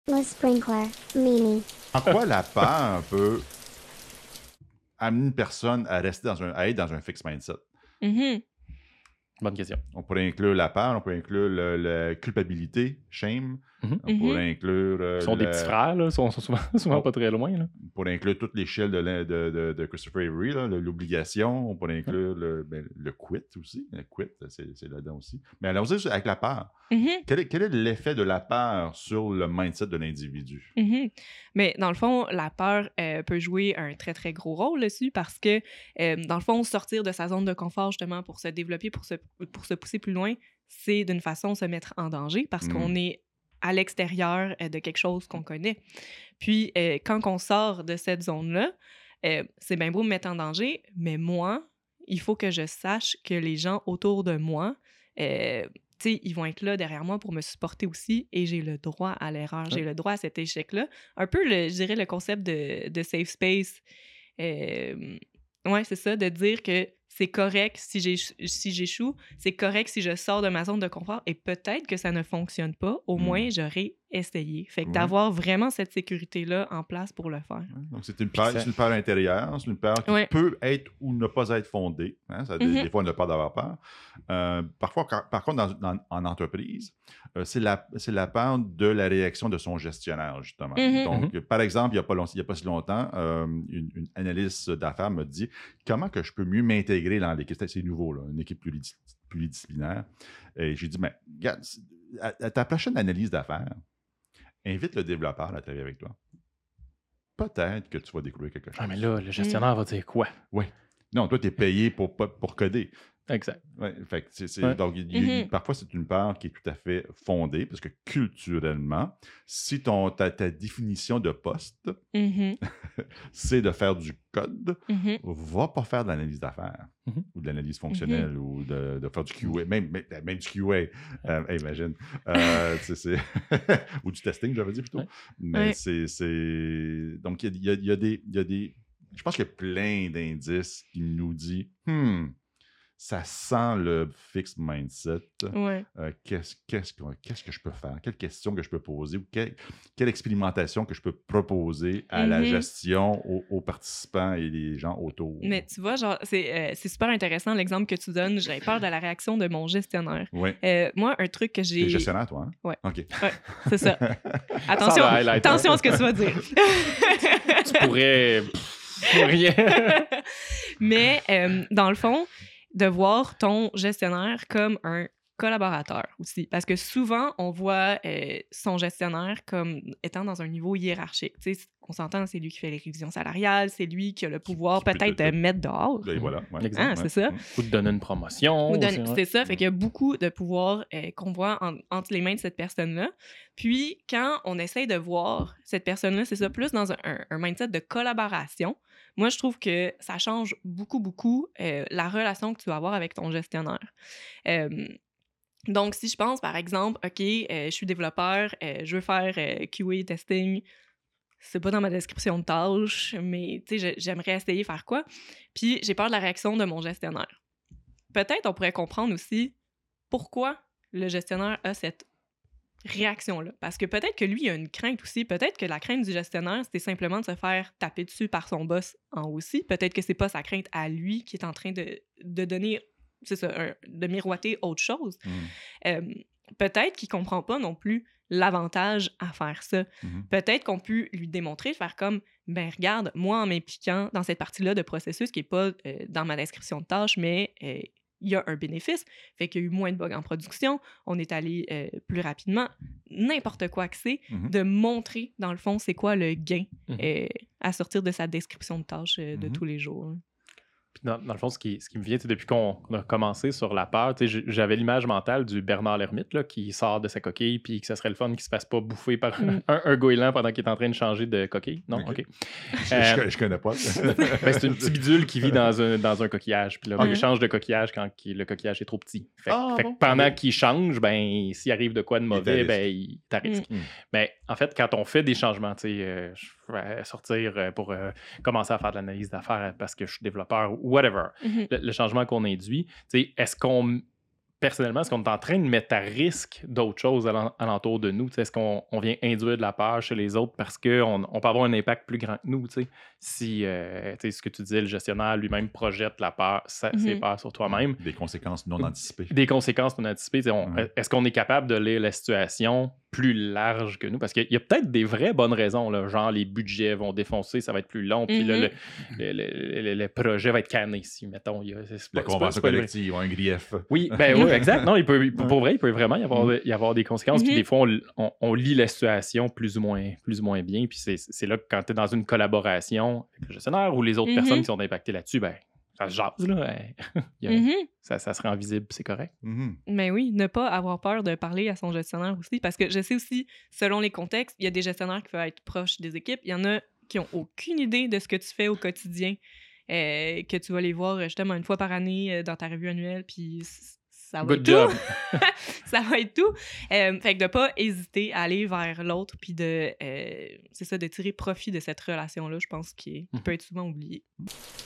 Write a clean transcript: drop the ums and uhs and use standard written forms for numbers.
Le sprinkler, Mimi. En quoi la peur peut amener une personne à rester à être dans un fixed mindset? Mhm. Bonne question. On pourrait inclure la peur, on pourrait inclure la culpabilité, shame. Mhm. On pourrait inclure... Ils sont des petits frères, là. Ils sont souvent pas très loin, là. On pourrait inclure toute l'échelle de Christopher Avery, là, l'obligation. On pourrait inclure le quit aussi. Le quit, c'est là-dedans aussi. Mais allons aussi avec la peur. Mhm. Quel est l'effet de la peur sur le mindset de l'individu? Mhm. Mais dans le fond, la peur peut jouer un très, très gros rôle dessus parce que, dans le fond, sortir de sa zone de confort, justement, pour se développer, pour se pousser plus loin, c'est d'une façon se mettre en danger parce qu'on est à l'extérieur de quelque chose qu'on connaît. Puis, quand on sort de cette zone-là, c'est bien beau me mettre en danger, mais moi, il faut que je sache que les gens autour de moi, tu sais, ils vont être là derrière moi pour me supporter aussi et j'ai le droit à l'erreur, j'ai le droit à cet échec-là. Un peu, je dirais, le concept de safe space. Ouais, c'est ça, de dire que c'est correct si j'échoue, c'est correct si je sors de ma zone de confort et peut-être que ça ne fonctionne pas, au moins j'aurais essayé. Fait que d'avoir vraiment cette sécurité-là en place pour le faire. Donc, c'est une peur intérieure, c'est une peur qui peut être ou ne pas être fondée. Hein? Des fois, on a peur d'avoir peur. Parfois, par contre, en entreprise, c'est la peur de la réaction de son gestionnaire, justement. Donc, par exemple, il n'y a pas si longtemps, une analyste d'affaires m'a dit comment que je peux mieux m'intégrer dans l'équipe. C'est nouveau, là, une équipe pluridisciplinaire. Et j'ai dit, mais regarde, à ta prochaine analyse d'affaires, invite le développeur à travailler avec toi. Peut-être que tu vas découvrir quelque chose. Ah, mais là, le gestionnaire va dire quoi? Oui. Non, toi, tu es payé pour coder. Exact. Ouais, fait que donc, parfois, c'est une peur qui est tout à fait fondée, parce que culturellement, si ta définition de poste, c'est de faire du code, va pas faire de l'analyse d'affaires, ou de l'analyse fonctionnelle, ou de faire du QA, même du QA, imagine. Ou du testing, j'avais dit plutôt. Mais donc, il y a des... Je pense qu'il y a plein d'indices qui nous disent ça sent le fixed mindset. Qu'est-ce que je peux faire? Quelle question que je peux poser? Ou quelle expérimentation que je peux proposer à la gestion, aux participants et les gens autour? Mais tu vois, genre, c'est super intéressant l'exemple que tu donnes. J'avais peur de la réaction de mon gestionnaire. Moi, un truc que j'ai... T'es gestionnaire, toi, hein? Ouais. OK. Ouais, c'est ça. Attention à ce que tu vas dire. Tu pourrais... rien. Mais, dans le fond, de voir ton gestionnaire comme un collaborateur aussi. Parce que souvent, on voit son gestionnaire comme étant dans un niveau hiérarchique. Tu sais, on s'entend, c'est lui qui fait les révisions salariales, c'est lui qui a le pouvoir peut-être de mettre dehors. Et voilà. C'est ça. Ou de donner une promotion. C'est ça. Fait qu'il y a beaucoup de pouvoir qu'on voit entre les mains de cette personne-là. Puis, quand on essaye de voir cette personne-là, c'est ça, plus dans un mindset de collaboration, moi, je trouve que ça change beaucoup, beaucoup la relation que tu vas avoir avec ton gestionnaire. Donc, si je pense, par exemple, OK, je suis développeur, je veux faire QA testing, c'est pas dans ma description de tâche, mais tu sais, j'aimerais essayer faire quoi? Puis j'ai peur de la réaction de mon gestionnaire. Peut-être on pourrait comprendre aussi pourquoi le gestionnaire a cette réaction-là. Parce que peut-être que lui, il a une crainte aussi. Peut-être que la crainte du gestionnaire, c'était simplement de se faire taper dessus par son boss en haut aussi. Peut-être que c'est pas sa crainte à lui qui est en train de donner, c'est ça, de miroiter autre chose. Peut-être qu'il comprend pas non plus l'avantage à faire ça. Peut-être qu'on peut lui démontrer, faire comme, ben regarde, moi, en m'impliquant dans cette partie-là de processus qui est pas dans ma description de tâche, mais il y a un bénéfice, fait qu'il y a eu moins de bugs en production, on est allé plus rapidement, n'importe quoi que c'est, de montrer, dans le fond, c'est quoi le gain à sortir de sa description de tâche de tous les jours. Puis dans le fond, ce qui me vient, depuis qu'on a commencé sur la peur, j'avais l'image mentale du Bernard l'ermite là, qui sort de sa coquille, puis que ce serait le fun qu'il se fasse pas bouffer par un goéland pendant qu'il est en train de changer de coquille. Non? OK. Je connais pas. C'est une petite bidule qui vit dans un coquillage. Puis là, il change de coquillage quand le coquillage est trop petit. Fait que pendant qu'il change, ben, s'il arrive de quoi de mauvais, il est à risque. Mais en fait, quand on fait des changements, je vais sortir pour commencer à faire de l'analyse d'affaires parce que je suis développeur, whatever, le changement qu'on induit, est-ce qu'on personnellement, est-ce qu'on est en train de mettre à risque d'autres choses alentour de nous? Est-ce qu'on vient induire de la peur chez les autres parce qu'on peut avoir un impact plus grand que nous? Si ce que tu disais, le gestionnaire lui-même projette la peur, ses peurs sur toi-même. Des conséquences non anticipées. Des conséquences non anticipées. Est-ce qu'on est capable de lire la situation plus large que nous? Parce qu'il y a peut-être des vraies bonnes raisons, là, genre les budgets vont défoncer, ça va être plus long, puis là, le projet va être canné, si, mettons. La convention collective, un grief. Oui, oui, exact. Non, pour vrai, il peut vraiment y avoir des conséquences, puis des fois, on lit la situation plus ou moins bien, puis c'est là que quand tu es dans une collaboration avec le gestionnaire ou les autres personnes qui sont impactées là-dessus, ben ça se jase, là. Ça se rend visible, c'est correct. Mais oui, ne pas avoir peur de parler à son gestionnaire aussi, parce que je sais aussi, selon les contextes, il y a des gestionnaires qui peuvent être proches des équipes, il y en a qui n'ont aucune idée de ce que tu fais au quotidien, que tu vas les voir justement une fois par année dans ta revue annuelle, puis ça va être tout. Ça va être tout. Fait que de pas hésiter à aller vers l'autre, puis de tirer profit de cette relation-là, je pense, qui peut être souvent oubliée.